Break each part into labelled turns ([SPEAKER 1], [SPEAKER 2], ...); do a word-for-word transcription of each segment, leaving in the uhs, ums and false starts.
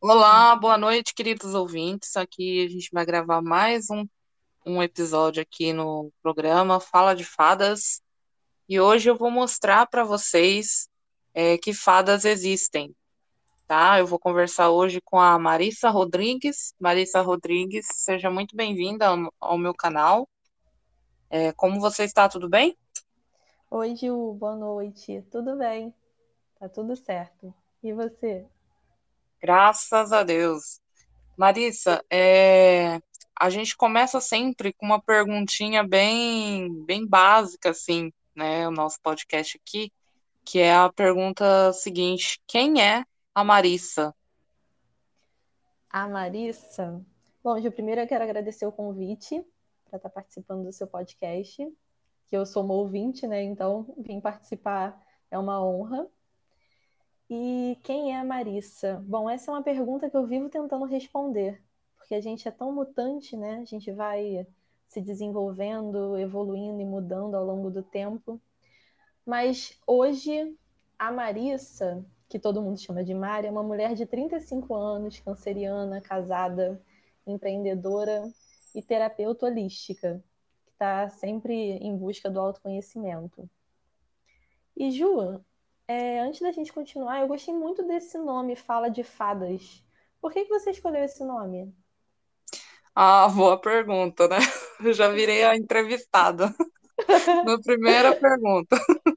[SPEAKER 1] Olá, boa noite, queridos ouvintes. Aqui a gente vai gravar mais um, um episódio aqui no programa Fala de Fadas. E hoje eu vou mostrar para vocês é, que fadas existem, tá? Eu vou conversar hoje com a Marissa Rodrigues. Marissa Rodrigues, seja muito bem-vinda ao, ao meu canal. É, como você está? Tudo bem?
[SPEAKER 2] Oi, Ju, boa noite. Tudo bem? Tá tudo certo. E você?
[SPEAKER 1] Graças a Deus. Marissa, é, a gente começa sempre com uma perguntinha bem, bem básica, assim, né? O nosso podcast aqui, que é a pergunta seguinte: quem é a Marissa?
[SPEAKER 2] A Marissa. Bom, Ju, primeiro eu quero agradecer o convite para estar participando do seu podcast, que eu sou uma ouvinte, né? Então, vim participar é uma honra. E quem é a Marissa? Bom, essa é uma pergunta que eu vivo tentando responder, porque a gente é tão mutante, né? A gente vai se desenvolvendo, evoluindo e mudando ao longo do tempo. Mas hoje, a Marissa, que todo mundo chama de Mari, é uma mulher de trinta e cinco anos, canceriana, casada, empreendedora e terapeuta holística, que está sempre em busca do autoconhecimento. E Ju, é, antes da gente continuar, eu gostei muito desse nome, Fala de Fadas. Por que que você escolheu esse nome?
[SPEAKER 1] Ah, boa pergunta, né? Eu já virei a entrevistada na primeira pergunta.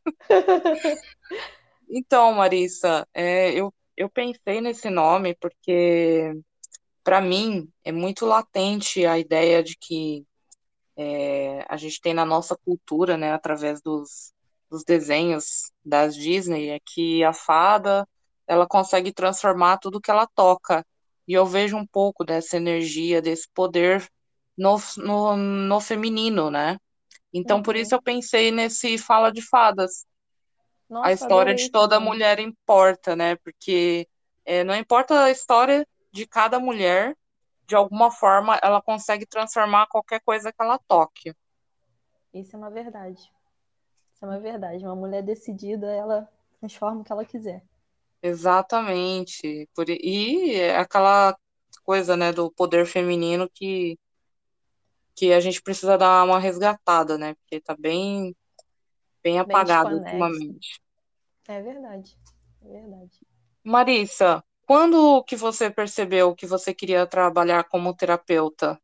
[SPEAKER 1] Então, Marissa, é, eu, eu pensei nesse nome porque, para mim, é muito latente a ideia de que É, a gente tem na nossa cultura, né, através dos, dos desenhos das Disney, é que a fada, ela consegue transformar tudo que ela toca. E eu vejo um pouco dessa energia, desse poder no, no, no feminino, né? Então, por isso
[SPEAKER 2] Uhum.
[SPEAKER 1] eu pensei nesse Fala de Fadas. A
[SPEAKER 2] Nossa,
[SPEAKER 1] história
[SPEAKER 2] adorei
[SPEAKER 1] de
[SPEAKER 2] esse
[SPEAKER 1] toda
[SPEAKER 2] nome.
[SPEAKER 1] mulher importa, né? Porque é, não importa a história de cada mulher, de alguma forma ela consegue transformar qualquer coisa que ela toque.
[SPEAKER 2] Isso é uma verdade. Isso é uma verdade. Uma mulher decidida, ela transforma o que ela quiser.
[SPEAKER 1] Exatamente. Por, e é aquela coisa, né, do poder feminino que, que a gente precisa dar uma resgatada, né? Porque tá bem, bem
[SPEAKER 2] Bem
[SPEAKER 1] apagado
[SPEAKER 2] desconexa.
[SPEAKER 1] ultimamente.
[SPEAKER 2] É verdade. É verdade.
[SPEAKER 1] Marissa, quando que você percebeu que você queria trabalhar como terapeuta?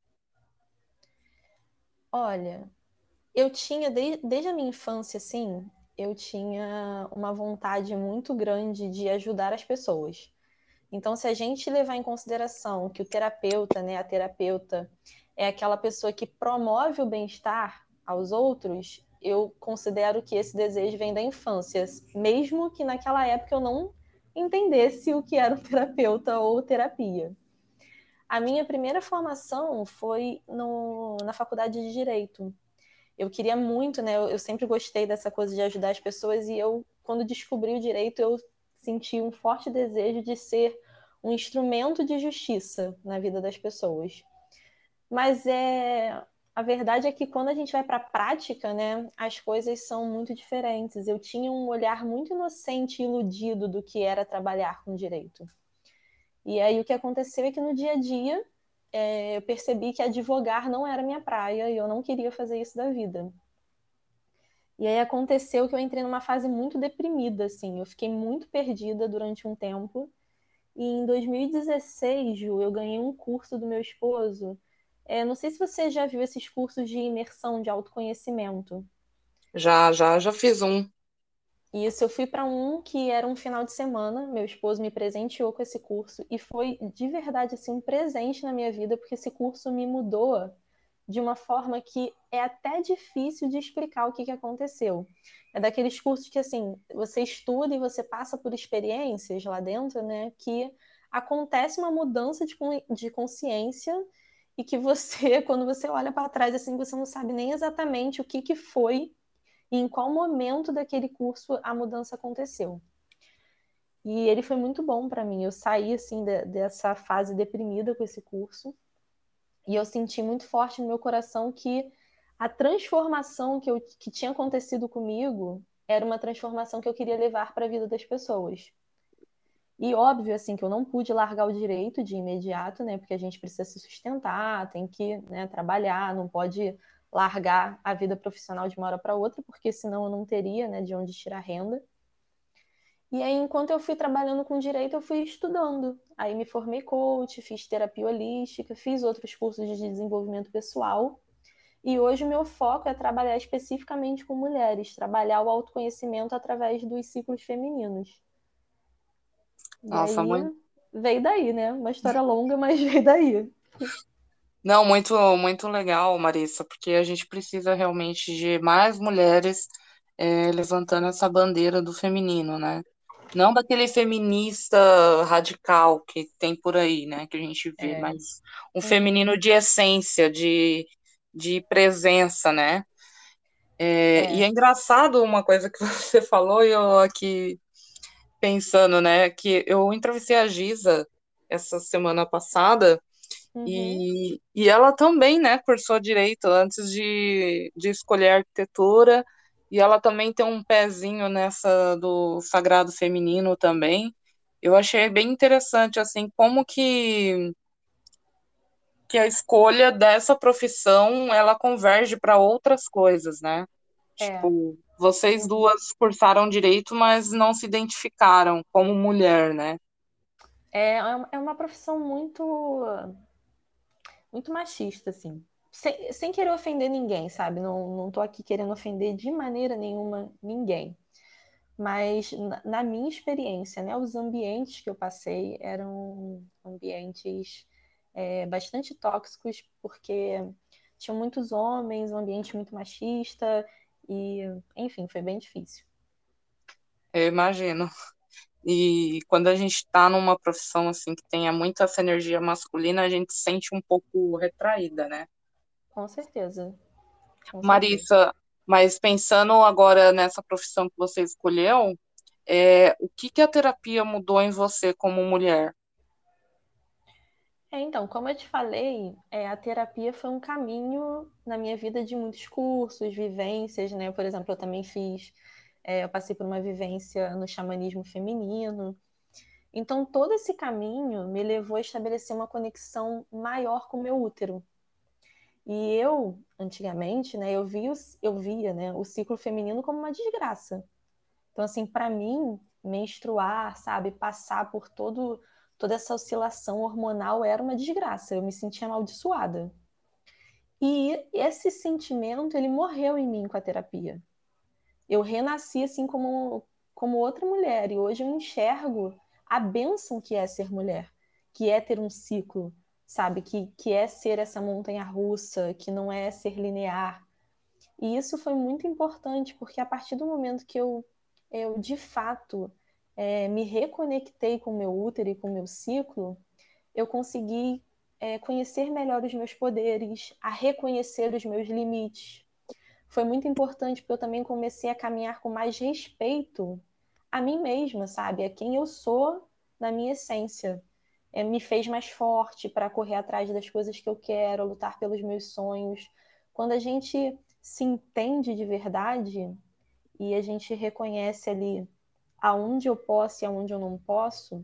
[SPEAKER 2] Olha, eu tinha, de- desde a minha infância, assim, eu tinha uma vontade muito grande de ajudar as pessoas. Então, se a gente levar em consideração que o terapeuta, né, a terapeuta, é aquela pessoa que promove o bem-estar aos outros, eu considero que esse desejo vem da infância, mesmo que naquela época eu não entendesse o que era um terapeuta ou terapia. A minha primeira formação foi no, na faculdade de Direito. Eu queria muito, né? Eu, eu sempre gostei dessa coisa de ajudar as pessoas e eu, quando descobri o direito, eu senti um forte desejo de ser um instrumento de justiça na vida das pessoas. Mas é a verdade é que quando a gente vai para a prática, né, as coisas são muito diferentes. Eu tinha um olhar muito inocente e iludido do que era trabalhar com direito. E aí o que aconteceu é que no dia a dia é, eu percebi que advogar não era minha praia e eu não queria fazer isso da vida. E aí aconteceu que eu entrei numa fase muito deprimida, assim. Eu fiquei muito perdida durante um tempo. E em dois mil e dezesseis, Ju, eu ganhei um curso do meu esposo. É, não sei se você já viu esses cursos de imersão de autoconhecimento.
[SPEAKER 1] Já, já, já fiz um.
[SPEAKER 2] E isso eu fui para um que era um final de semana. Meu esposo me presenteou com esse curso e foi de verdade assim um presente na minha vida, porque esse curso me mudou de uma forma que é até difícil de explicar o que, que aconteceu. É daqueles cursos que, assim, você estuda e você passa por experiências lá dentro, né? Que acontece uma mudança de, de consciência e que você, quando você olha para trás, assim, você não sabe nem exatamente o que, que foi e em qual momento daquele curso a mudança aconteceu. E ele foi muito bom para mim. Eu saí, assim, de, dessa fase deprimida com esse curso e eu senti muito forte no meu coração que a transformação que, eu, que tinha acontecido comigo era uma transformação que eu queria levar para a vida das pessoas. E óbvio, assim, que eu não pude largar o direito de imediato, né? Porque a gente precisa se sustentar, tem que, né, trabalhar, não pode largar a vida profissional de uma hora para outra, porque senão eu não teria, né, de onde tirar renda. E aí, enquanto eu fui trabalhando com direito, eu fui estudando. Aí me formei coach, fiz terapia holística, fiz outros cursos de desenvolvimento pessoal. E hoje o meu foco é trabalhar especificamente com mulheres, trabalhar o autoconhecimento através dos ciclos femininos. E
[SPEAKER 1] Nossa,
[SPEAKER 2] aí
[SPEAKER 1] muito.
[SPEAKER 2] veio daí, né? Uma história longa, mas veio daí.
[SPEAKER 1] Não, muito, muito legal, Marissa, porque a gente precisa realmente de mais mulheres é, levantando essa bandeira do feminino, né? Não daquele feminista radical que tem por aí, né? Que a gente vê,
[SPEAKER 2] É.
[SPEAKER 1] mas um
[SPEAKER 2] Uhum.
[SPEAKER 1] feminino de essência, de, de presença, né? É, e
[SPEAKER 2] É.
[SPEAKER 1] é engraçado uma coisa que você falou, e eu aqui pensando, né? Que eu entrevistei a Giza essa semana passada.
[SPEAKER 2] Uhum.
[SPEAKER 1] E, e ela também, né, cursou direito antes de, de escolher arquitetura, e ela também tem um pezinho nessa do sagrado feminino também. Eu achei bem interessante, assim, como que, que a escolha dessa profissão, ela converge para outras coisas, né?
[SPEAKER 2] É.
[SPEAKER 1] Tipo, vocês
[SPEAKER 2] Uhum.
[SPEAKER 1] duas cursaram direito, mas não se identificaram como mulher, né?
[SPEAKER 2] É, é uma profissão muito, muito machista, assim. Sem, sem querer ofender ninguém, sabe? Não, não tô aqui querendo ofender de maneira nenhuma ninguém. Mas na, na minha experiência, né, os ambientes que eu passei eram ambientes é, bastante tóxicos, porque tinham muitos homens, um ambiente muito machista, e, enfim, foi bem difícil.
[SPEAKER 1] Eu imagino. E quando a gente está numa profissão assim que tenha muita essa energia masculina, a gente se sente um pouco retraída, né?
[SPEAKER 2] Com certeza, com certeza.
[SPEAKER 1] Marissa, mas pensando agora nessa profissão que você escolheu, é, o que que a terapia mudou em você como mulher?
[SPEAKER 2] É, então, como eu te falei, é, a terapia foi um caminho na minha vida de muitos cursos, vivências, né? Por exemplo, eu também fiz, é, eu passei por uma vivência no xamanismo feminino. Então, todo esse caminho me levou a estabelecer uma conexão maior com o meu útero. E eu, antigamente, né, eu via, eu via, né, o ciclo feminino como uma desgraça. Então, assim, para mim, menstruar, sabe, passar por todo, toda essa oscilação hormonal era uma desgraça. Eu me sentia amaldiçoada. E esse sentimento, ele morreu em mim com a terapia. Eu renasci assim como, como outra mulher. E hoje eu enxergo a bênção que é ser mulher, que é ter um ciclo, sabe? Que, que é ser essa montanha russa, que não é ser linear. E isso foi muito importante, porque a partir do momento que eu, eu de fato, é, me reconectei com o meu útero e com o meu ciclo, eu consegui é, conhecer melhor os meus poderes, a reconhecer os meus limites. Foi muito importante porque eu também comecei a caminhar com mais respeito a mim mesma, sabe? A quem eu sou na minha essência. É, me fez mais forte para correr atrás das coisas que eu quero, lutar pelos meus sonhos. Quando a gente se entende de verdade e a gente reconhece ali aonde eu posso e aonde eu não posso,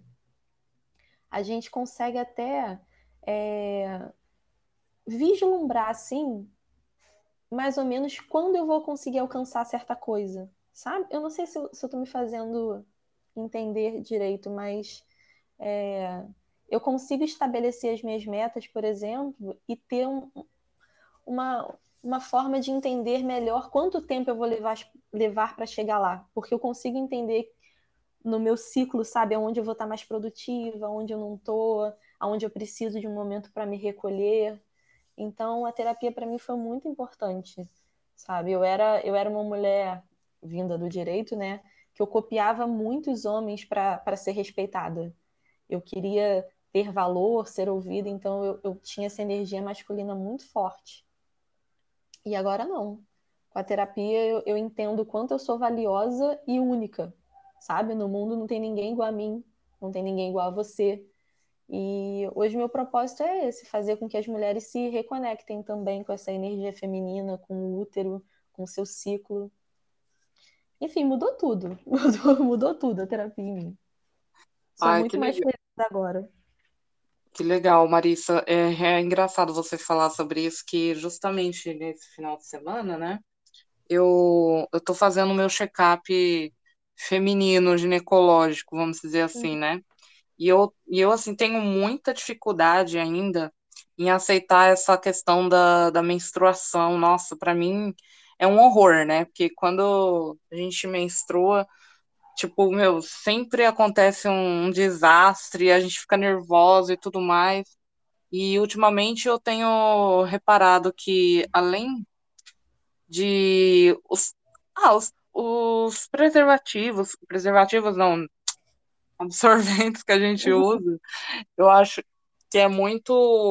[SPEAKER 2] a gente consegue até é, vislumbrar assim mais ou menos quando eu vou conseguir alcançar certa coisa, sabe? Eu não sei se eu, se eu tô me fazendo entender direito, mas é, eu consigo estabelecer as minhas metas, por exemplo, e ter um, uma, uma forma de entender melhor quanto tempo eu vou levar, levar para chegar lá, porque eu consigo entender no meu ciclo, sabe, aonde eu vou estar mais produtiva, aonde eu não tô, aonde eu preciso de um momento para me recolher. Então, a terapia para mim foi muito importante, sabe? Eu era, eu era uma mulher vinda do direito, né? Que eu copiava muitos homens para para ser respeitada. Eu queria ter valor, ser ouvida, então eu, eu tinha essa energia masculina muito forte. E agora não. Com a terapia eu, eu entendo o quanto eu sou valiosa e única, sabe? No mundo não tem ninguém igual a mim, não tem ninguém igual a você. E hoje meu propósito é esse, fazer com que as mulheres se reconectem também com essa energia feminina, com o útero, com o seu ciclo. Enfim, mudou tudo. Mudou, mudou tudo a terapia em mim. Sou
[SPEAKER 1] Ai, que
[SPEAKER 2] muito mais
[SPEAKER 1] legal.
[SPEAKER 2] feliz agora.
[SPEAKER 1] Que legal, Marissa. É, é engraçado você falar sobre isso, que justamente nesse final de semana, né? Eu, eu tô fazendo o meu check-up feminino, ginecológico, vamos dizer assim,
[SPEAKER 2] Uhum.
[SPEAKER 1] né? E eu, e eu assim, tenho muita dificuldade ainda em aceitar essa questão da, da menstruação. Nossa, para mim é um horror, né? Porque quando a gente menstrua, tipo, meu, sempre acontece um, um desastre, a gente fica nervosa e tudo mais. E ultimamente eu tenho reparado que, além de os, ah, os, os preservativos, preservativos não, absorventes que a gente usa, eu acho que é muito,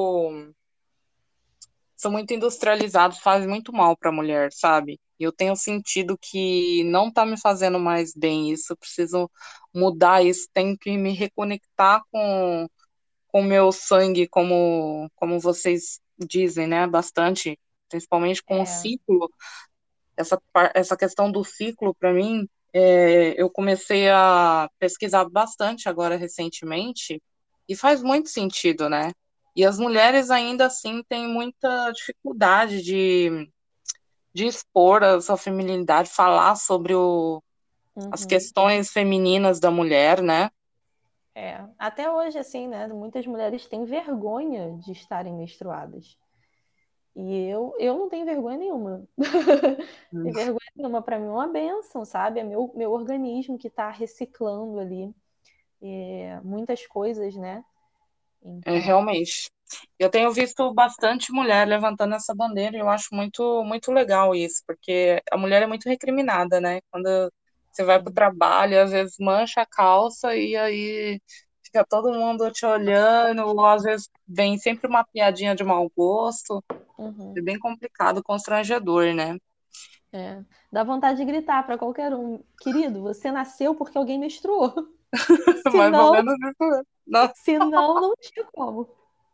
[SPEAKER 1] são muito industrializados, fazem muito mal para a mulher, sabe? E eu tenho sentido que não tá me fazendo mais bem isso, eu preciso mudar isso, tenho que me reconectar com com o meu sangue, como como vocês dizem, né, bastante, principalmente com o
[SPEAKER 2] É,
[SPEAKER 1] ciclo. Essa, par- essa questão do ciclo, para mim, é, eu comecei a pesquisar bastante agora recentemente, e faz muito sentido, né? E as mulheres ainda assim têm muita dificuldade de, de expor a sua feminilidade, falar sobre o, as
[SPEAKER 2] uhum.
[SPEAKER 1] questões femininas da mulher, né?
[SPEAKER 2] É. Até hoje, assim, né? Muitas mulheres têm vergonha de estarem menstruadas. E eu, eu não tenho vergonha nenhuma.
[SPEAKER 1] Hum.
[SPEAKER 2] Tem vergonha nenhuma. Para mim é uma benção, sabe? É meu, meu organismo que está reciclando ali é, muitas coisas, né?
[SPEAKER 1] É,
[SPEAKER 2] Então,
[SPEAKER 1] realmente. Eu tenho visto bastante mulher levantando essa bandeira e eu acho muito, muito legal isso, porque a mulher é muito recriminada, né? Quando você vai para o
[SPEAKER 2] sim.
[SPEAKER 1] trabalho, às vezes mancha a calça e aí fica todo mundo te olhando, ou às vezes vem sempre uma piadinha de mau gosto. É
[SPEAKER 2] Uhum.
[SPEAKER 1] bem complicado, constrangedor, né?
[SPEAKER 2] É. Dá vontade de gritar para qualquer um. Querido, você nasceu porque alguém menstruou.
[SPEAKER 1] Mais ou
[SPEAKER 2] Senão,
[SPEAKER 1] menos isso mesmo. Nossa.
[SPEAKER 2] senão não tinha como.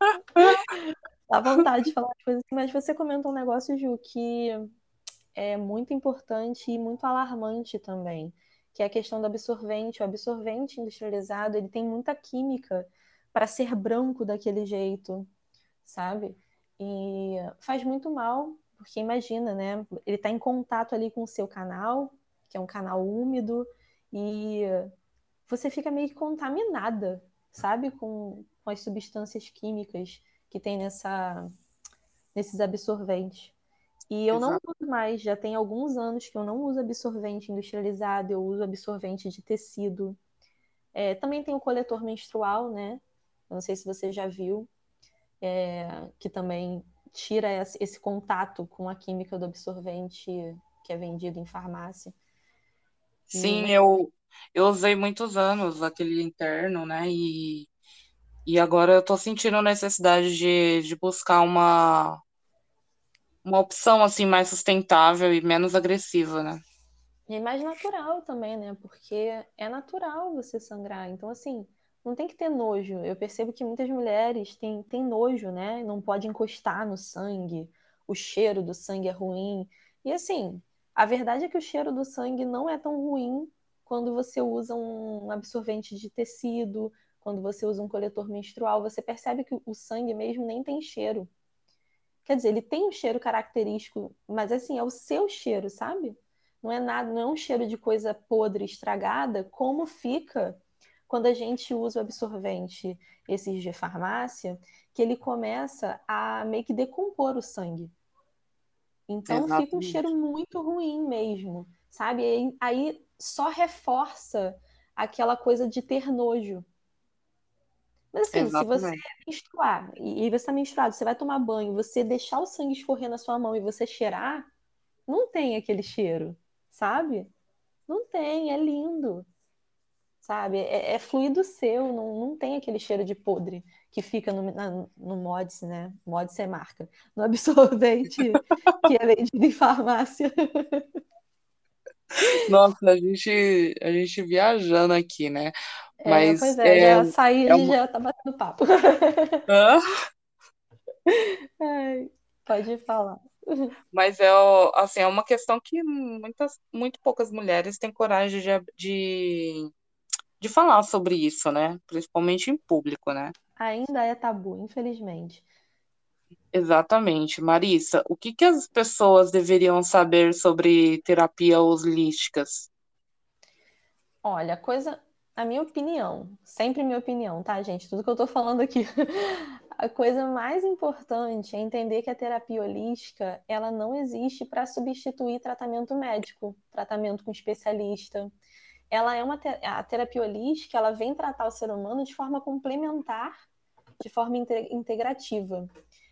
[SPEAKER 2] Dá vontade de falar as coisas assim, mas você comentou um negócio, Ju, que é muito importante e muito alarmante também, que é a questão do absorvente. O absorvente industrializado, ele tem muita química para ser branco daquele jeito, sabe? E faz muito mal, porque imagina, né? Ele está em contato ali com o seu canal, que é um canal úmido, e você fica meio que contaminada, sabe? Com, com as substâncias químicas que tem nessa, nesses absorventes. E eu não
[SPEAKER 1] Exato.
[SPEAKER 2] uso mais, já tem alguns anos que eu não uso absorvente industrializado, eu uso absorvente de tecido. É, também tem o coletor menstrual, né? Eu não sei se você já viu, é, que também tira esse contato com a química do absorvente que é vendido em farmácia. E,
[SPEAKER 1] Sim, eu, eu usei muitos anos aquele interno, né? E E agora eu tô sentindo necessidade de, de buscar uma, uma opção assim mais sustentável e menos agressiva, né?
[SPEAKER 2] e é mais natural também, né? Porque é natural você sangrar. Então, assim, não tem que ter nojo. Eu percebo que muitas mulheres têm, têm nojo, né? Não pode encostar no sangue. O cheiro do sangue é ruim. E, assim, a verdade é que o cheiro do sangue não é tão ruim quando você usa um absorvente de tecido, quando você usa um coletor menstrual. Você percebe que o sangue mesmo nem tem cheiro. Quer dizer, ele tem um cheiro característico, mas assim, é o seu cheiro, sabe? Não é nada, não é um cheiro de coisa podre, estragada, como fica quando a gente usa o absorvente, esses de farmácia, que ele começa a meio que decompor o sangue. Então fica um cheiro
[SPEAKER 1] Exatamente.
[SPEAKER 2] muito ruim mesmo, sabe? Aí, aí só reforça aquela coisa de ter nojo. Mas assim, se você
[SPEAKER 1] Exatamente.
[SPEAKER 2] menstruar e e você está menstruado, você vai tomar banho, você deixar o sangue escorrer na sua mão e você cheirar, não tem aquele cheiro, sabe? Não tem, é lindo, sabe? É, é fluido seu, não, não tem aquele cheiro de podre que fica no, na, no Mods, né? Mods é marca, no absorvente que é vendido em farmácia.
[SPEAKER 1] Nossa, a gente, a gente viajando aqui, né?
[SPEAKER 2] É,
[SPEAKER 1] Mas
[SPEAKER 2] pois é,
[SPEAKER 1] é,
[SPEAKER 2] já saí, a
[SPEAKER 1] é
[SPEAKER 2] gente
[SPEAKER 1] uma.
[SPEAKER 2] já tá batendo papo.
[SPEAKER 1] Hã?
[SPEAKER 2] Ai, pode falar.
[SPEAKER 1] Mas é, ó, assim, é uma questão que muitas, muito poucas mulheres têm coragem de, de de falar sobre isso, né? Principalmente em público, né?
[SPEAKER 2] Ainda é tabu, infelizmente.
[SPEAKER 1] Exatamente. Marissa, o que que as pessoas deveriam saber sobre terapia holísticas?
[SPEAKER 2] Olha, a coisa, a minha opinião, sempre minha opinião, tá, gente? Tudo que eu tô falando aqui. A coisa mais importante é entender que a terapia holística, ela não existe para substituir tratamento médico, tratamento com especialista. Ela é uma te- a terapia holística, ela vem tratar o ser humano de forma complementar, de forma inte- integrativa.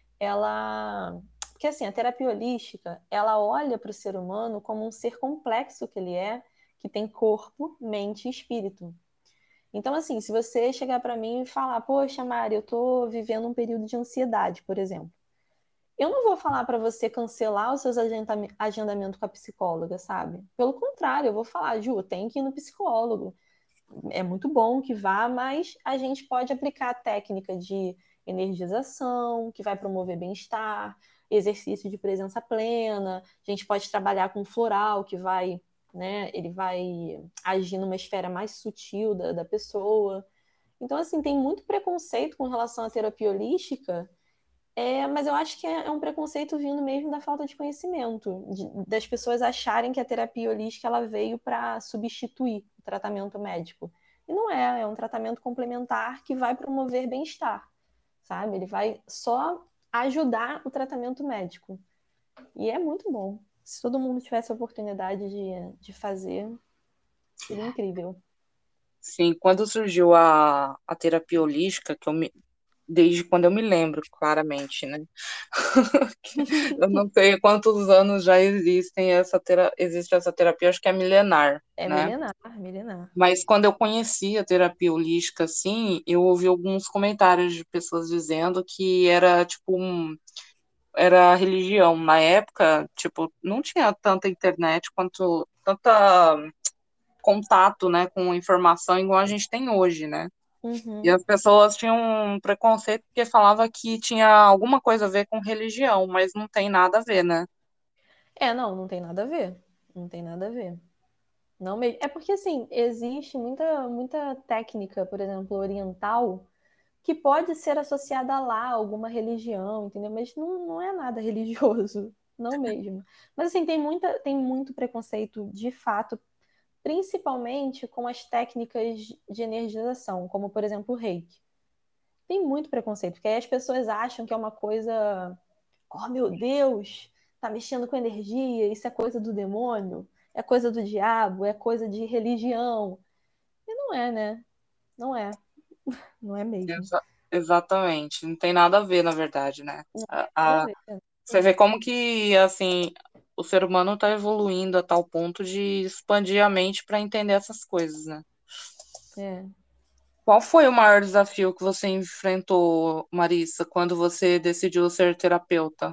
[SPEAKER 2] Ela, porque assim, a terapia holística, ela olha para o ser humano como um ser complexo que ele é, que tem corpo, mente e espírito. Então, assim, se você chegar para mim e falar, poxa, Mari, eu tô vivendo um período de ansiedade, por exemplo. Eu não vou falar para você cancelar os seus agendamentos com a psicóloga, sabe? Pelo contrário, eu vou falar, Ju, tem que ir no psicólogo. É muito bom que vá, mas a gente pode aplicar a técnica de energização, que vai promover bem-estar, exercício de presença plena, a gente pode trabalhar com floral, que vai, né, ele vai agir numa esfera mais sutil da, da pessoa. Então, assim, tem muito preconceito com relação à terapia holística, é, mas eu acho que é, é um preconceito vindo mesmo da falta de conhecimento, de- das pessoas acharem que a terapia holística ela veio para substituir o tratamento médico. E não é, é um tratamento complementar que vai promover bem-estar, sabe? Ele vai só ajudar o tratamento médico. E é muito bom. Se todo mundo tivesse a oportunidade de, de fazer, seria incrível.
[SPEAKER 1] Sim, quando surgiu a, a terapia holística, que eu me, desde quando eu me lembro, claramente, né? Eu não sei quantos anos já existem essa tera, existe essa terapia, acho que é milenar,
[SPEAKER 2] É
[SPEAKER 1] né?
[SPEAKER 2] milenar, milenar.
[SPEAKER 1] Mas quando eu conheci a terapia holística, assim, eu ouvi alguns comentários de pessoas dizendo que era tipo um, era religião. Na época, tipo, não tinha tanta internet quanto tanta contato, né, com informação igual a gente tem hoje, né? E
[SPEAKER 2] Uhum.
[SPEAKER 1] as pessoas tinham um preconceito porque falava que tinha alguma coisa a ver com religião, mas não tem nada a ver, né?
[SPEAKER 2] É, não, não tem nada a ver. Não tem nada a ver. Não mesmo. É porque, assim, existe muita, muita técnica, por exemplo, oriental, que pode ser associada a lá, alguma religião, entendeu? Mas não, não é nada religioso, não mesmo. Mas, assim, tem muita, tem muito preconceito, de fato, principalmente com as técnicas de energização, como, por exemplo, o reiki. Tem muito preconceito, porque aí as pessoas acham que é uma coisa, oh meu Deus, tá mexendo com energia, isso é coisa do demônio, é coisa do diabo, é coisa de religião. E não é, né? Não é, não é mesmo.
[SPEAKER 1] Exa- exatamente. Não tem nada a ver, na verdade, né?
[SPEAKER 2] Não
[SPEAKER 1] A,
[SPEAKER 2] tem nada a
[SPEAKER 1] a-
[SPEAKER 2] ver.
[SPEAKER 1] você vê como que, assim, o ser humano está evoluindo a tal ponto de expandir a mente para entender essas coisas, né?
[SPEAKER 2] É.
[SPEAKER 1] Qual foi o maior desafio que você enfrentou, Marissa, quando você decidiu ser terapeuta?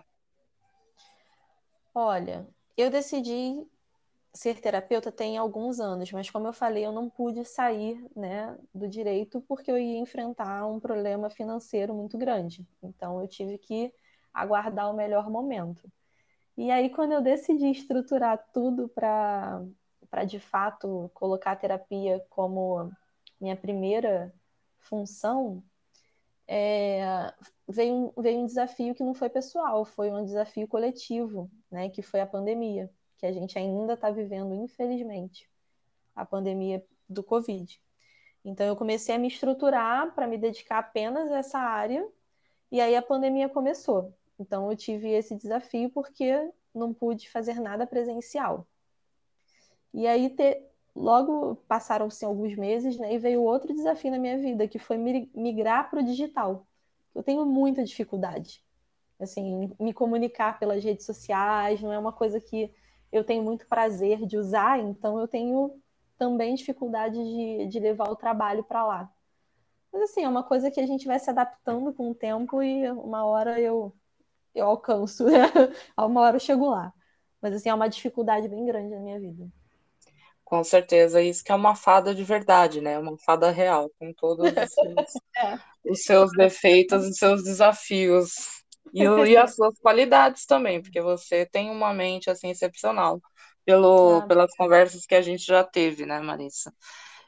[SPEAKER 2] Olha, eu decidi ser terapeuta tem alguns anos, mas como eu falei, eu não pude sair, né, do direito porque eu ia enfrentar um problema financeiro muito grande. Então eu tive que aguardar o melhor momento. E aí, quando eu decidi estruturar tudo para para de fato colocar a terapia como minha primeira função, é, veio, um, veio um desafio que não foi pessoal, foi um desafio coletivo, né? Que foi a pandemia, que a gente ainda está vivendo, infelizmente, a pandemia do Covid. Então, eu comecei a me estruturar para me dedicar apenas a essa área, e aí a pandemia começou. Então, eu tive esse desafio porque não pude fazer nada presencial. E aí, te... logo passaram-se alguns meses, né, e veio outro desafio na minha vida, que foi migrar para o digital. Eu tenho muita dificuldade, assim, me comunicar pelas redes sociais, não é uma coisa que eu tenho muito prazer de usar, então eu tenho também dificuldade de, de levar o trabalho para lá. Mas assim, é uma coisa que a gente vai se adaptando com o tempo e uma hora eu, eu alcanço, né? Uma hora eu chego lá. Mas assim, é uma dificuldade bem grande na minha vida.
[SPEAKER 1] Com certeza, isso que é uma fada de verdade, né? Uma fada real, com todos os seus,
[SPEAKER 2] É.
[SPEAKER 1] os seus defeitos e seus desafios. E, o- e as suas qualidades também, porque você tem uma mente, assim, excepcional, pelo,
[SPEAKER 2] Ah,
[SPEAKER 1] pelas conversas que a gente já teve, né, Marissa?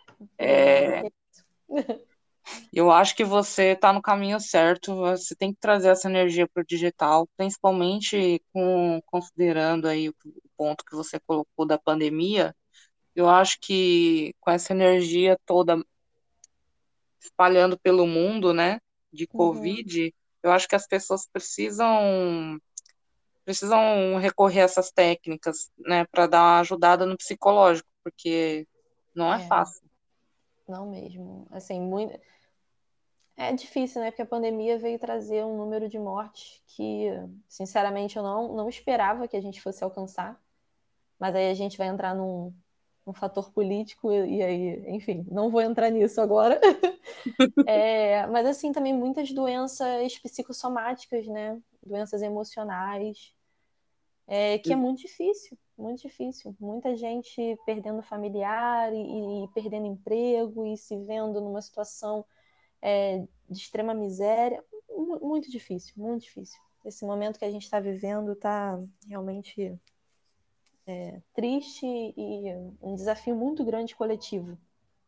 [SPEAKER 2] Tomara que
[SPEAKER 1] É,
[SPEAKER 2] é.
[SPEAKER 1] eu acho que você está no caminho certo. Você tem que trazer essa energia para o digital, principalmente com, considerando aí o, o ponto que você colocou da pandemia. Eu acho que com essa energia toda espalhando pelo mundo, né, de
[SPEAKER 2] Uhum,
[SPEAKER 1] Covid, eu acho que as pessoas precisam precisam recorrer a essas técnicas, né, para dar uma ajudada no psicológico, porque não é
[SPEAKER 2] é,
[SPEAKER 1] fácil.
[SPEAKER 2] não mesmo. Assim, muito. É difícil, né? Porque a pandemia veio trazer um número de mortes que, sinceramente, eu não, não esperava que a gente fosse alcançar. Mas aí a gente vai entrar num, num fator político e, e aí, enfim, não vou entrar nisso agora. É, mas assim, também muitas doenças psicossomáticas, né? Doenças emocionais, é, que é muito difícil, muito difícil. Muita gente perdendo familiar e, e perdendo emprego e se vendo numa situação é, de extrema miséria. Muito difícil, muito difícil. Esse momento que a gente está vivendo está realmente é, triste e um desafio muito grande coletivo.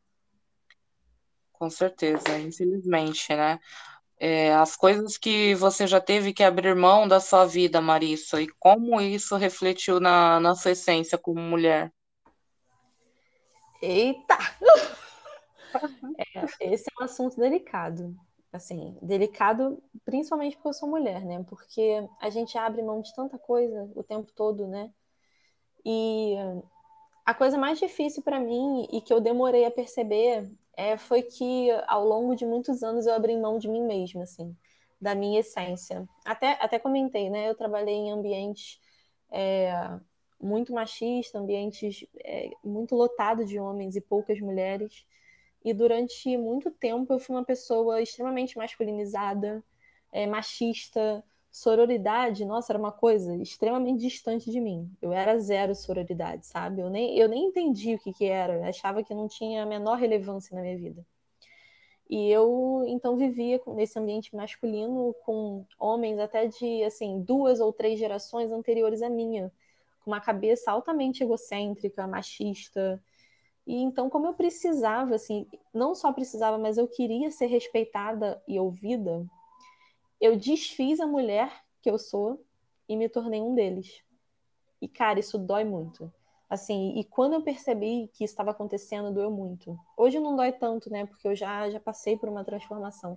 [SPEAKER 1] Com certeza, infelizmente, né? É, as coisas que você já teve que abrir mão da sua vida, Marissa, e como isso refletiu na, na sua essência como mulher.
[SPEAKER 2] Eita! Esse é um assunto delicado. Assim, delicado principalmente porque eu sou mulher, né? Porque a gente abre mão de tanta coisa o tempo todo, né? E a coisa mais difícil para mim e que eu demorei a perceber é, foi que ao longo de muitos anos eu abri mão de mim mesma, assim, da minha essência. Até, até comentei, né? Eu trabalhei em ambientes é, muito machistas, ambientes é, muito lotados de homens e poucas mulheres. E durante muito tempo eu fui uma pessoa extremamente masculinizada, é, machista. Sororidade, nossa, era uma coisa extremamente distante de mim. Eu era zero sororidade, sabe? Eu nem, eu nem entendi o que, que era. Eu achava que não tinha a menor relevância na minha vida. E eu, então, vivia nesse ambiente masculino com homens até de, assim, duas ou três gerações anteriores à minha, com uma cabeça altamente egocêntrica, machista, e então, como eu precisava, assim, não só precisava, mas eu queria ser respeitada e ouvida, eu desfiz a mulher que eu sou e me tornei um deles. E, cara, isso dói muito. Assim, e quando eu percebi que isso estava acontecendo, doeu muito. Hoje não dói tanto, né? Porque eu já, já passei por uma transformação.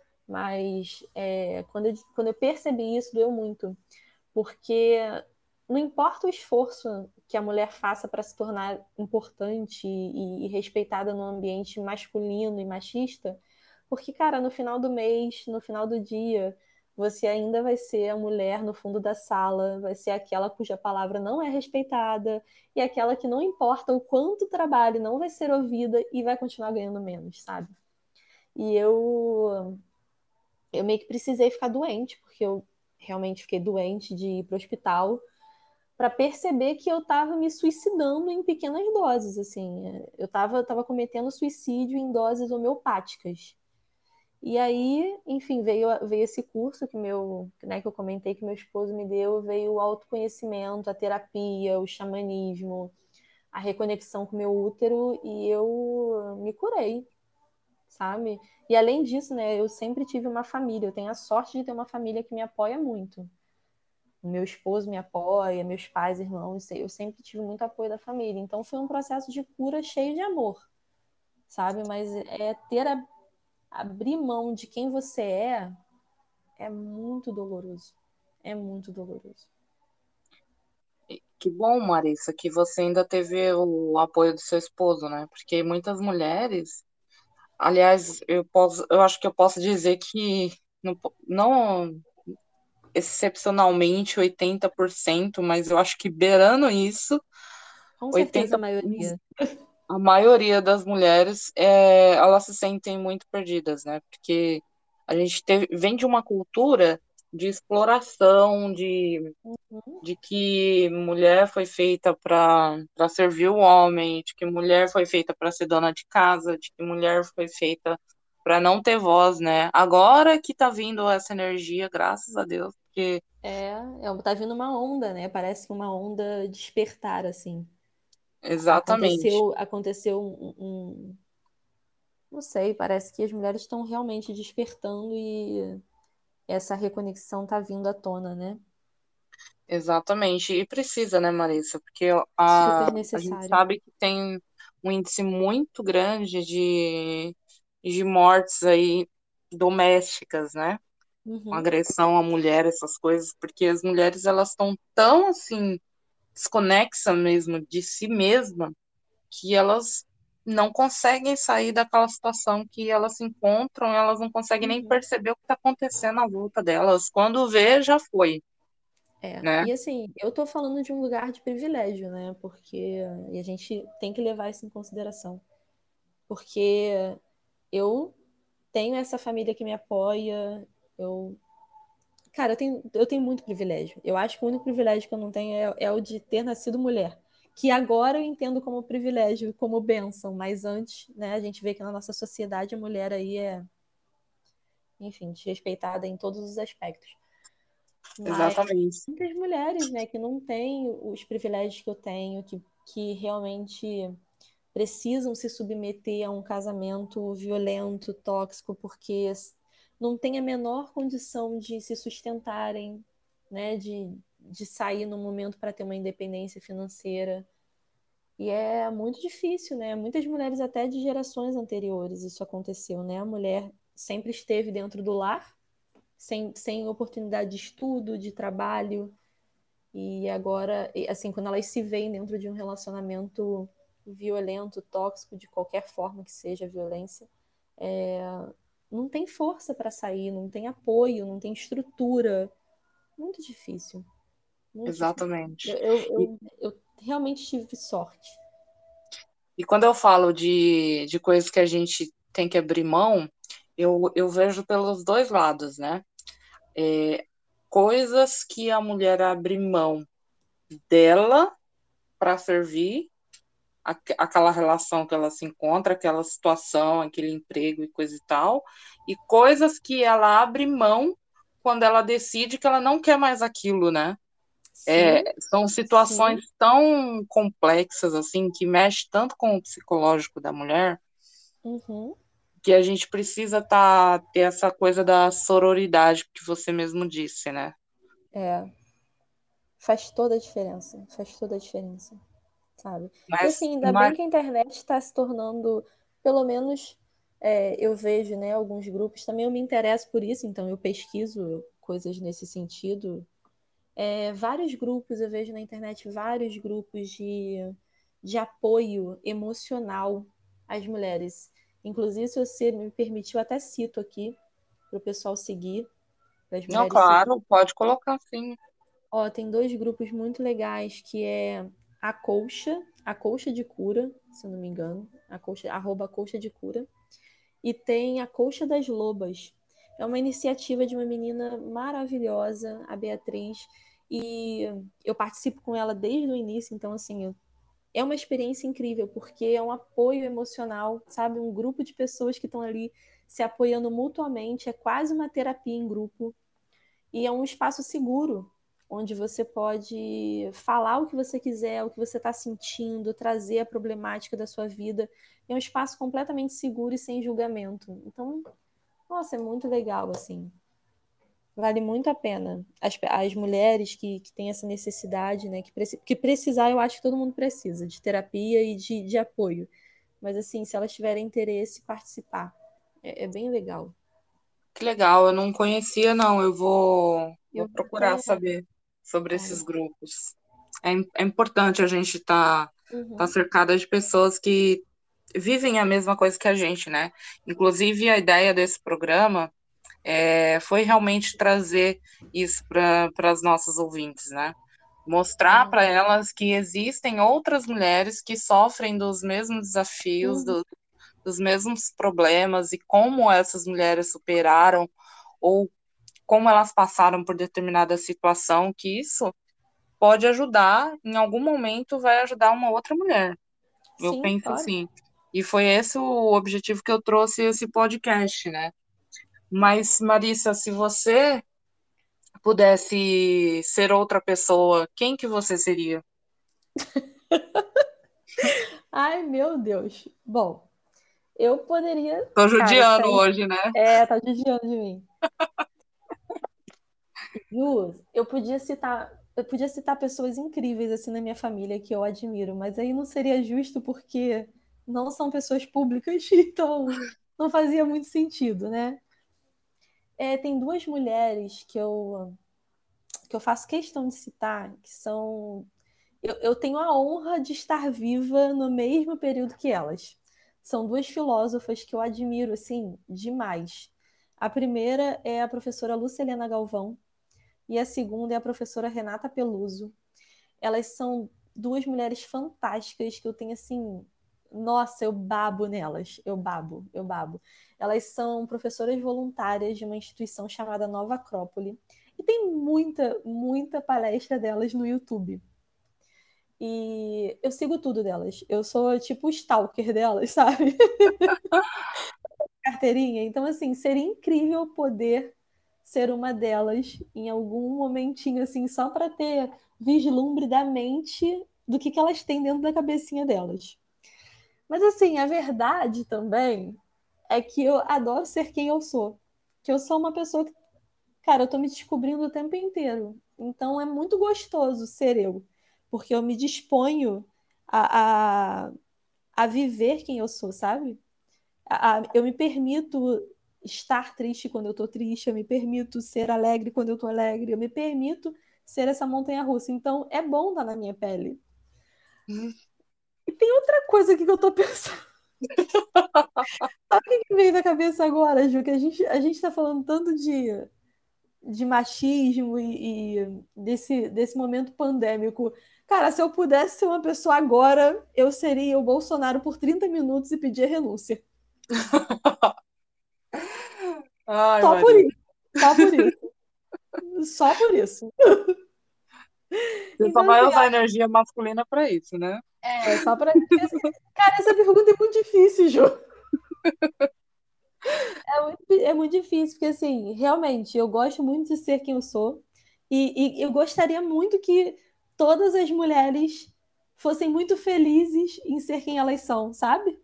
[SPEAKER 2] Mas é, quando, eu, quando eu percebi isso, doeu muito. Porque não importa o esforço que a mulher faça para se tornar importante e, e respeitada no ambiente masculino e machista, porque, cara, no final do mês, no final do dia, você ainda vai ser a mulher no fundo da sala, vai ser aquela cuja palavra não é respeitada e aquela que não importa o quanto trabalhe, não vai ser ouvida e vai continuar ganhando menos, sabe? E eu, eu meio que precisei ficar doente, porque eu realmente fiquei doente de ir para o hospital para perceber que eu estava me suicidando em pequenas doses, assim. Eu estava tava cometendo suicídio em doses homeopáticas. E aí, enfim, veio, veio esse curso que meu, né, que eu comentei que meu esposo me deu, veio o autoconhecimento, a terapia, o xamanismo, a reconexão com o meu útero e eu me curei, sabe? E além disso, né, eu sempre tive uma família, eu tenho a sorte de ter uma família que me apoia muito. O meu esposo me apoia, meus pais, irmãos, eu sempre tive muito apoio da família. Então foi um processo de cura cheio de amor, sabe? Mas é ter a, abrir mão de quem você é é muito doloroso. É muito doloroso.
[SPEAKER 1] Que bom, Marissa, que você ainda teve o apoio do seu esposo, né? Porque muitas mulheres, aliás, eu posso, eu acho que eu posso dizer que não, po- não excepcionalmente oitenta por cento, mas eu acho que beirando isso,
[SPEAKER 2] Com certeza a
[SPEAKER 1] oitenta,
[SPEAKER 2] maioria.
[SPEAKER 1] a maioria das mulheres, é, elas se sentem muito perdidas, né? Porque a gente teve, vem de uma cultura de exploração, de
[SPEAKER 2] Uhum.
[SPEAKER 1] de que mulher foi feita para para servir o homem, de que mulher foi feita para ser dona de casa, de que mulher foi feita para não ter voz, né? Agora que tá vindo essa energia, graças a Deus, porque
[SPEAKER 2] É, é, tá vindo uma onda, né? Parece que uma onda despertar, assim.
[SPEAKER 1] exatamente.
[SPEAKER 2] Aconteceu, aconteceu um, um- Não sei, parece que as mulheres estão realmente despertando e essa reconexão tá vindo à tona, né?
[SPEAKER 1] Exatamente. E precisa, né, Marissa? Porque a,
[SPEAKER 2] Super
[SPEAKER 1] a gente
[SPEAKER 2] necessário.
[SPEAKER 1] sabe que tem um índice muito grande de, de mortes aí domésticas, né? Com
[SPEAKER 2] Uhum.
[SPEAKER 1] agressão à mulher, essas coisas, porque as mulheres elas estão tão assim desconexas mesmo de si mesma que elas não conseguem sair daquela situação que elas se encontram, elas não conseguem nem
[SPEAKER 2] Uhum.
[SPEAKER 1] perceber o que está acontecendo à volta delas. Quando vê, já foi,
[SPEAKER 2] É,
[SPEAKER 1] né?
[SPEAKER 2] e assim, eu tô falando de um lugar de privilégio, né? Porque e a gente tem que levar isso em consideração. Porque eu tenho essa família que me apoia, eu, cara, eu tenho, eu tenho muito privilégio. Eu acho que o único privilégio que eu não tenho é, é o de ter nascido mulher. Que agora eu entendo como privilégio, como bênção, mas antes, né, a gente vê que na nossa sociedade a mulher aí é, enfim, desrespeitada em todos os aspectos. Mas
[SPEAKER 1] Exatamente.
[SPEAKER 2] muitas mulheres, né, que não têm os privilégios que eu tenho, que, que realmente precisam se submeter a um casamento violento, tóxico, porque não têm a menor condição de se sustentarem, né, de, de sair no momento para ter uma independência financeira. E é muito difícil, né? Muitas mulheres, até de gerações anteriores, isso aconteceu, né? A mulher sempre esteve dentro do lar, sem, sem oportunidade de estudo, de trabalho, e agora, assim, quando elas se veem dentro de um relacionamento violento, tóxico, de qualquer forma que seja a violência, é, não tem força para sair, não tem apoio, não tem estrutura. Muito difícil, muito difícil. Eu,
[SPEAKER 1] Exatamente.
[SPEAKER 2] eu,
[SPEAKER 1] E,
[SPEAKER 2] eu, eu realmente tive sorte.
[SPEAKER 1] e quando eu falo de, de coisas que a gente tem que abrir mão, eu, eu vejo pelos dois lados, né? É, coisas que a mulher abre mão dela para servir aque- aquela relação que ela se encontra, aquela situação, aquele emprego e coisa e tal, e coisas que ela abre mão quando ela decide que ela não quer mais aquilo, né?
[SPEAKER 2] Sim,
[SPEAKER 1] É, são
[SPEAKER 2] sim.
[SPEAKER 1] situações tão complexas assim que mexe tanto com o psicológico da mulher
[SPEAKER 2] Uhum.
[SPEAKER 1] que a gente precisa tá, ter essa coisa da sororidade que você mesmo disse, né?
[SPEAKER 2] É, faz toda a diferença. Faz toda a diferença, sabe? E
[SPEAKER 1] Mas,
[SPEAKER 2] assim, ainda bem
[SPEAKER 1] mas
[SPEAKER 2] que a internet está se tornando, pelo menos é, eu vejo, né, alguns grupos, também eu me interesso por isso, então eu pesquiso coisas nesse sentido. É, vários grupos, eu vejo na internet vários grupos de, de apoio emocional às mulheres. Inclusive, se você me permitiu, até cito aqui para o pessoal seguir, para as
[SPEAKER 1] não,
[SPEAKER 2] mulheres seguirem.
[SPEAKER 1] claro, pode colocar sim.
[SPEAKER 2] Ó, tem dois grupos muito legais que é a Colcha, a Colcha de Cura, se eu não me engano, a Colcha, arroba Colcha de Cura, e tem a Colcha das Lobas. É uma iniciativa de uma menina maravilhosa, a Beatriz, e eu participo com ela desde o início, então assim, eu- é uma experiência incrível, porque é um apoio emocional, sabe? Um grupo de pessoas que estão ali se apoiando mutuamente, é quase uma terapia em grupo. E é um espaço seguro, onde você pode falar o que você quiser, o que você está sentindo, trazer a problemática da sua vida. É um espaço completamente seguro e sem julgamento. Então, nossa, é muito legal, assim. Vale muito a pena. As, as mulheres que, que têm essa necessidade, né? Que, preci, que precisar, eu acho que todo mundo precisa de terapia e de, de apoio. Mas, assim, se elas tiverem interesse, participar. É, é bem legal.
[SPEAKER 1] Que legal, eu não conhecia, não. Eu vou,
[SPEAKER 2] Eu
[SPEAKER 1] vou
[SPEAKER 2] vou
[SPEAKER 1] procurar
[SPEAKER 2] até.
[SPEAKER 1] saber sobre
[SPEAKER 2] Olha.
[SPEAKER 1] esses grupos. É, im- é importante a gente estar tá, tá
[SPEAKER 2] Uhum,
[SPEAKER 1] cercada de pessoas que vivem a mesma coisa que a gente, né? Inclusive, a ideia desse programa é, foi realmente trazer isso para as nossas ouvintes, né? Mostrar
[SPEAKER 2] é.
[SPEAKER 1] para elas que existem outras mulheres que sofrem dos mesmos desafios,
[SPEAKER 2] Uhum.
[SPEAKER 1] do- dos mesmos problemas e como essas mulheres superaram ou como elas passaram por determinada situação, que isso pode ajudar, em algum momento vai ajudar uma outra mulher. Eu
[SPEAKER 2] Sim,
[SPEAKER 1] penso
[SPEAKER 2] claro.
[SPEAKER 1] assim. E foi esse o objetivo que eu trouxe esse podcast, né? Mas, Marissa, se você pudesse ser outra pessoa, quem que você seria?
[SPEAKER 2] Ai, meu Deus. Bom, Eu poderia,
[SPEAKER 1] Tô
[SPEAKER 2] cara, se
[SPEAKER 1] judiando
[SPEAKER 2] aí
[SPEAKER 1] hoje, né?
[SPEAKER 2] é, tá desviando de mim. Ju, eu podia citar, eu podia citar pessoas incríveis assim na minha família que eu admiro, mas aí não seria justo porque não são pessoas públicas, então não fazia muito sentido, né? É, tem duas mulheres que eu, que eu faço questão de citar, que são. Eu, eu tenho a honra de estar viva no mesmo período que elas. São duas filósofas que eu admiro, assim, demais. A primeira é a professora Lucilena Galvão e a segunda é a professora Renata Peluso. Elas são duas mulheres fantásticas que eu tenho, assim, nossa, eu babo nelas, eu babo, eu babo. Elas são professoras voluntárias de uma instituição chamada Nova Acrópole e tem muita, muita palestra delas no YouTube. E eu sigo tudo delas. Eu sou tipo o stalker delas, sabe? Carteirinha. Então, assim, seria incrível poder ser uma delas em algum momentinho, assim, só para ter vislumbre da mente do que, que elas têm dentro da cabecinha delas. Mas, assim, a verdade também é que eu adoro ser quem eu sou. Que eu sou uma pessoa que, cara, eu tô me descobrindo o tempo inteiro. Então, é muito gostoso ser eu. Porque eu me disponho a, a a viver quem eu sou, sabe? A, a, eu me permito estar triste quando eu tô triste, eu me permito ser alegre quando eu tô alegre, eu me permito ser essa montanha russa. Então é bom estar na minha pele. E tem outra coisa aqui que eu tô pensando. Sabe o que que veio na cabeça agora, Ju? Que a gente, a gente tá falando tanto de, de machismo e, e desse, desse momento pandêmico. Cara, se eu pudesse ser uma pessoa agora, eu seria o Bolsonaro por trinta minutos e pedir renúncia.
[SPEAKER 1] Ai,
[SPEAKER 2] Só por
[SPEAKER 1] Maria.
[SPEAKER 2] isso. Só por isso. Só por isso.
[SPEAKER 1] Você só
[SPEAKER 2] Então,
[SPEAKER 1] vai
[SPEAKER 2] assim,
[SPEAKER 1] usar energia masculina pra isso, né?
[SPEAKER 2] é só pra. Porque, assim, cara, essa pergunta é muito difícil, Ju. É muito, é muito difícil, porque, assim, realmente, eu gosto muito de ser quem eu sou. E, e eu gostaria muito que todas as mulheres fossem muito felizes em ser quem elas são, sabe?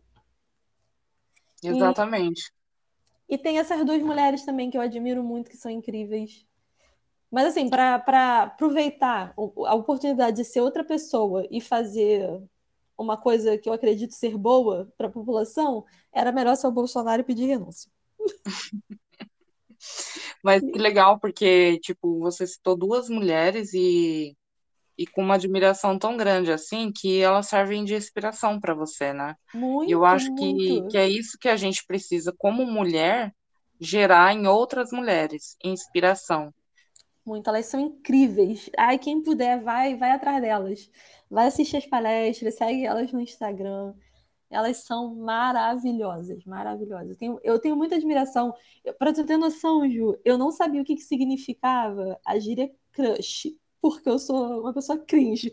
[SPEAKER 2] E,
[SPEAKER 1] Exatamente.
[SPEAKER 2] e tem essas duas mulheres também que eu admiro muito, que são incríveis. Mas, assim, para para aproveitar o- a oportunidade de ser outra pessoa e fazer uma coisa que eu acredito ser boa para a população, era melhor ser o Bolsonaro e pedir renúncia.
[SPEAKER 1] Mas que legal, porque, tipo, você citou duas mulheres e, e com uma admiração tão grande assim que elas servem de inspiração para você, né? E eu
[SPEAKER 2] Muito,
[SPEAKER 1] acho que, que
[SPEAKER 2] muito,
[SPEAKER 1] é isso que a gente precisa, como mulher, gerar em outras mulheres, inspiração.
[SPEAKER 2] muito. Elas são incríveis. Ai, quem puder, vai, vai atrás delas. Vai assistir as palestras, segue elas no Instagram. Elas são maravilhosas, maravilhosas. Eu tenho, eu tenho muita admiração. Para tu ter noção, Ju, eu não sabia o que, que significava a gíria crush, porque eu sou uma pessoa cringe.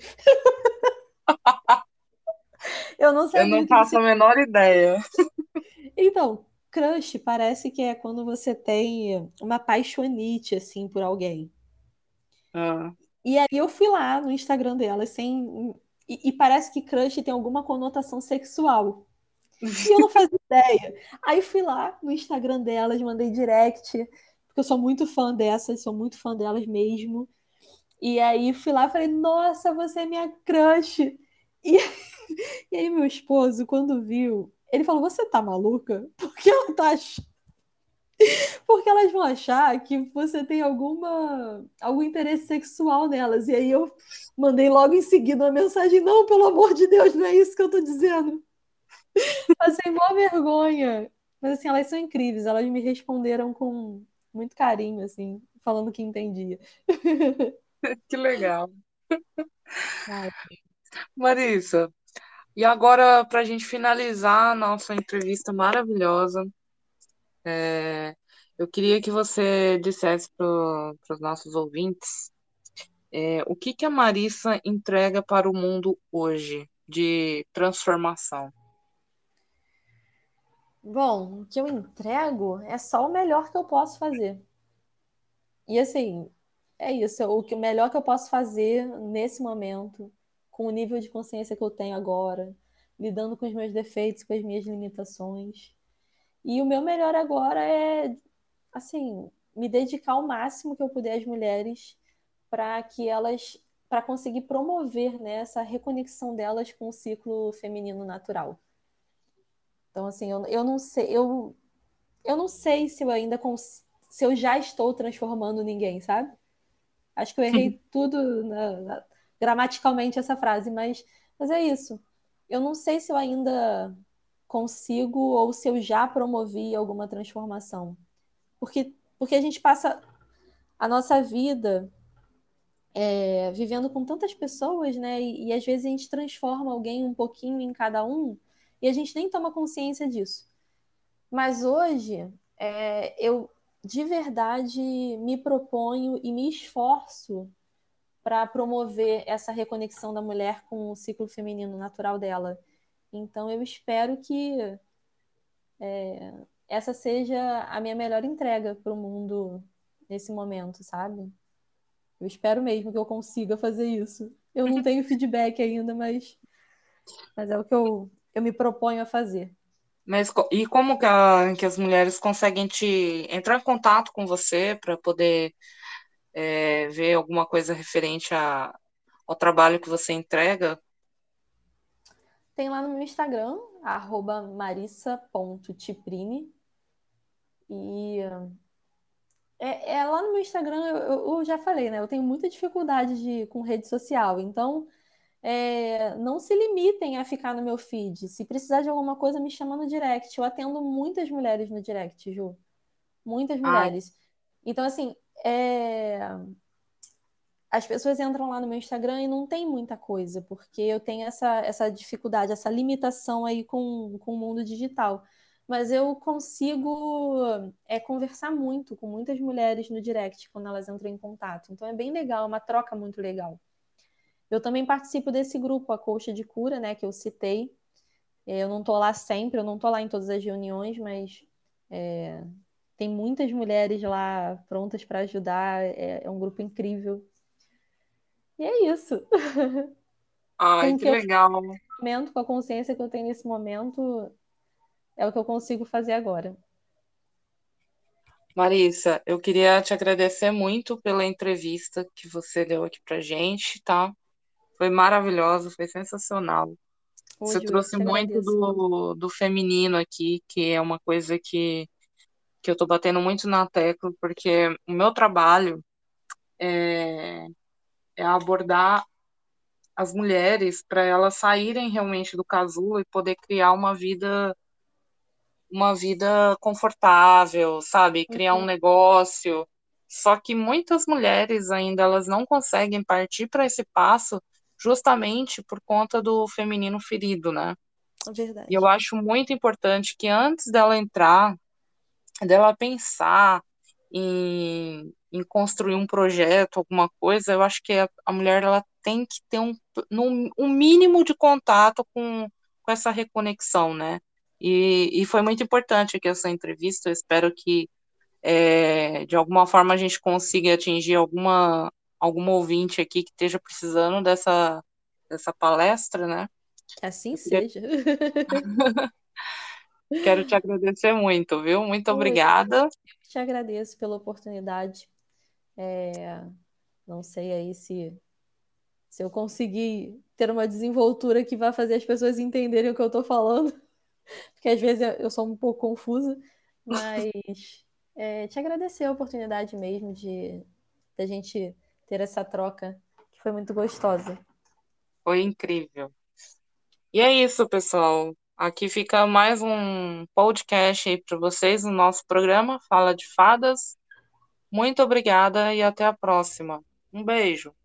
[SPEAKER 2] Eu não
[SPEAKER 1] Eu
[SPEAKER 2] sabia
[SPEAKER 1] não
[SPEAKER 2] o que, que
[SPEAKER 1] faço a menor ideia.
[SPEAKER 2] Então, crush parece que é quando você tem uma paixonite, assim, por alguém.
[SPEAKER 1] Ah.
[SPEAKER 2] E aí eu fui lá no Instagram dela, sem... E, e parece que crush tem alguma conotação sexual. E eu não fazia ideia. Aí fui lá no Instagram delas, mandei direct, porque eu sou muito fã dessas, sou muito fã delas mesmo. E aí fui lá e falei, nossa, você é minha crush. E, e aí meu esposo, quando viu, ele falou, você tá maluca? Porque ela tá achando porque elas vão achar que você tem alguma algum interesse sexual nelas. E aí eu mandei logo em seguida uma mensagem: não, pelo amor de Deus, não é isso que eu tô dizendo. Passei mó vergonha. Mas assim, elas são incríveis, elas me responderam com muito carinho, assim, falando que entendia.
[SPEAKER 1] Que legal.
[SPEAKER 2] Ai,
[SPEAKER 1] Marissa, e agora, para a gente finalizar a nossa entrevista maravilhosa, é, eu queria que você dissesse para os nossos ouvintes, é, o que que a Marissa entrega para o mundo hoje de transformação.
[SPEAKER 2] bom, o que eu entrego é só o melhor que eu posso fazer. E assim, é isso, o que o melhor que eu posso fazer nesse momento, com o nível de consciência que eu tenho agora, lidando com os meus defeitos, com as minhas limitações. E o meu melhor agora é, assim, me dedicar ao máximo que eu puder às mulheres para que elas, para conseguir promover, né, essa reconexão delas com o ciclo feminino natural. Então, assim, eu, eu não sei, eu, eu não sei se eu ainda cons- se eu já estou transformando ninguém, sabe? Acho que eu errei tudo na- na- gramaticalmente essa frase, mas, mas é isso. Eu não sei se eu ainda consigo ou se eu já promovi alguma transformação. Porque, porque a gente passa a nossa vida é, vivendo com tantas pessoas, né? E, e às vezes a gente transforma alguém um pouquinho em cada um e a gente nem toma consciência disso. Mas hoje, é, eu de verdade me proponho e me esforço para promover essa reconexão da mulher com o ciclo feminino natural dela. Então, eu espero que essa seja a minha melhor entrega para o mundo nesse momento, sabe? Eu espero mesmo que eu consiga fazer isso. Eu não tenho feedback ainda, mas, mas é o que eu, eu me proponho a fazer.
[SPEAKER 1] Mas co- e como que, a- que as mulheres conseguem te entrar em contato com você para poder é, ver alguma coisa referente a, ao trabalho que você entrega?
[SPEAKER 2] Tem lá no meu Instagram, arroba marissa ponto tiprini. E é, é, lá no meu Instagram, eu, eu- eu já falei, né? Eu tenho muita dificuldade de, com rede social. Então, é, não se limitem a ficar no meu feed. Se precisar de alguma coisa, me chama no direct. Eu atendo muitas mulheres no direct, Ju. Muitas
[SPEAKER 1] Ai,
[SPEAKER 2] mulheres. Então, assim, é, as pessoas entram lá no meu Instagram e não tem muita coisa, porque eu tenho essa, essa dificuldade, essa limitação aí com, com o mundo digital. Mas eu consigo é, conversar muito com muitas mulheres no direct quando elas entram em contato. Então é bem legal, é uma troca muito legal. Eu também participo desse grupo, a Coxa de Cura, né, que eu citei. Eu não tô lá sempre, eu não tô lá em todas as reuniões, mas é, tem muitas mulheres lá prontas para ajudar. É, é um grupo incrível. E é isso.
[SPEAKER 1] ai,
[SPEAKER 2] Com o
[SPEAKER 1] que
[SPEAKER 2] que eu
[SPEAKER 1] legal.
[SPEAKER 2] momento, com a consciência que eu tenho nesse momento, é o que eu consigo fazer agora.
[SPEAKER 1] Marissa, eu queria te agradecer muito pela entrevista que você deu aqui pra gente, tá? Foi maravilhoso, foi sensacional.
[SPEAKER 2] Ô,
[SPEAKER 1] Você
[SPEAKER 2] Ju, eu que
[SPEAKER 1] trouxe
[SPEAKER 2] te
[SPEAKER 1] muito
[SPEAKER 2] agradeço.
[SPEAKER 1] do, do feminino aqui, que é uma coisa que, que eu tô batendo muito na tecla, porque o meu trabalho é, é abordar as mulheres para elas saírem realmente do casulo e poder criar uma vida uma vida confortável, sabe? Criar um
[SPEAKER 2] Uhum,
[SPEAKER 1] negócio. Só que muitas mulheres ainda elas não conseguem partir para esse passo justamente por conta do feminino ferido, né?
[SPEAKER 2] é
[SPEAKER 1] E eu
[SPEAKER 2] verdade.
[SPEAKER 1] acho muito importante que antes dela entrar, dela pensar em, em construir um projeto, alguma coisa, eu acho que a, a mulher ela tem que ter um, num- um mínimo de contato com, com essa reconexão, né? E, e foi muito importante aqui essa entrevista. Eu espero que é, de alguma forma a gente consiga atingir alguma alguma ouvinte aqui que esteja precisando dessa dessa palestra, né?
[SPEAKER 2] Que assim
[SPEAKER 1] Eu queria,
[SPEAKER 2] seja.
[SPEAKER 1] quero te agradecer muito, viu? Muito
[SPEAKER 2] Ô, eu
[SPEAKER 1] obrigada.
[SPEAKER 2] te agradeço pela oportunidade. É, não sei aí se, se eu conseguir ter uma desenvoltura que vai fazer as pessoas entenderem o que eu estou falando, porque às vezes eu eu sou um pouco confusa, mas é, te agradecer a oportunidade mesmo de da gente ter essa troca, que foi muito gostosa.
[SPEAKER 1] Foi incrível. E é isso, pessoal. Aqui fica mais um podcast aí para vocês no nosso programa Fala de Fadas. Muito obrigada e até a próxima. Um beijo.